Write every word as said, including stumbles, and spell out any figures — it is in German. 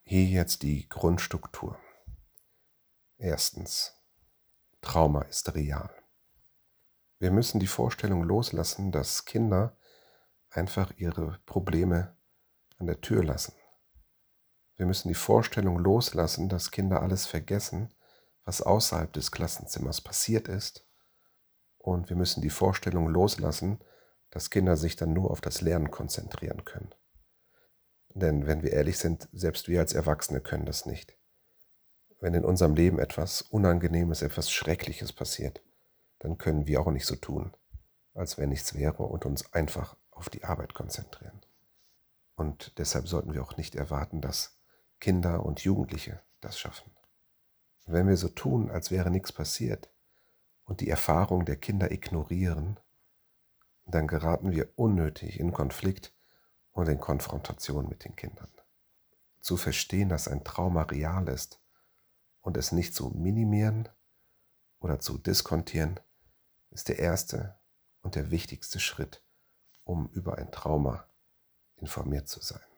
Hier jetzt die Grundstruktur. Erstens, Trauma ist real. Wir müssen die Vorstellung loslassen, dass Kinder einfach ihre Probleme an der Tür lassen. Wir müssen die Vorstellung loslassen, dass Kinder alles vergessen, was außerhalb des Klassenzimmers passiert ist. Und wir müssen die Vorstellung loslassen, dass Kinder sich dann nur auf das Lernen konzentrieren können. Denn wenn wir ehrlich sind, selbst wir als Erwachsene können das nicht. Wenn in unserem Leben etwas Unangenehmes, etwas Schreckliches passiert, dann können wir auch nicht so tun, als wenn nichts wäre und uns einfach auf die Arbeit konzentrieren. Und deshalb sollten wir auch nicht erwarten, dass Kinder und Jugendliche das schaffen. Wenn wir so tun, als wäre nichts passiert und die Erfahrung der Kinder ignorieren, dann geraten wir unnötig in Konflikt und in Konfrontation mit den Kindern. Zu verstehen, dass ein Trauma real ist und es nicht zu minimieren oder zu diskontieren, ist der erste und der wichtigste Schritt, um über ein Trauma informiert zu sein.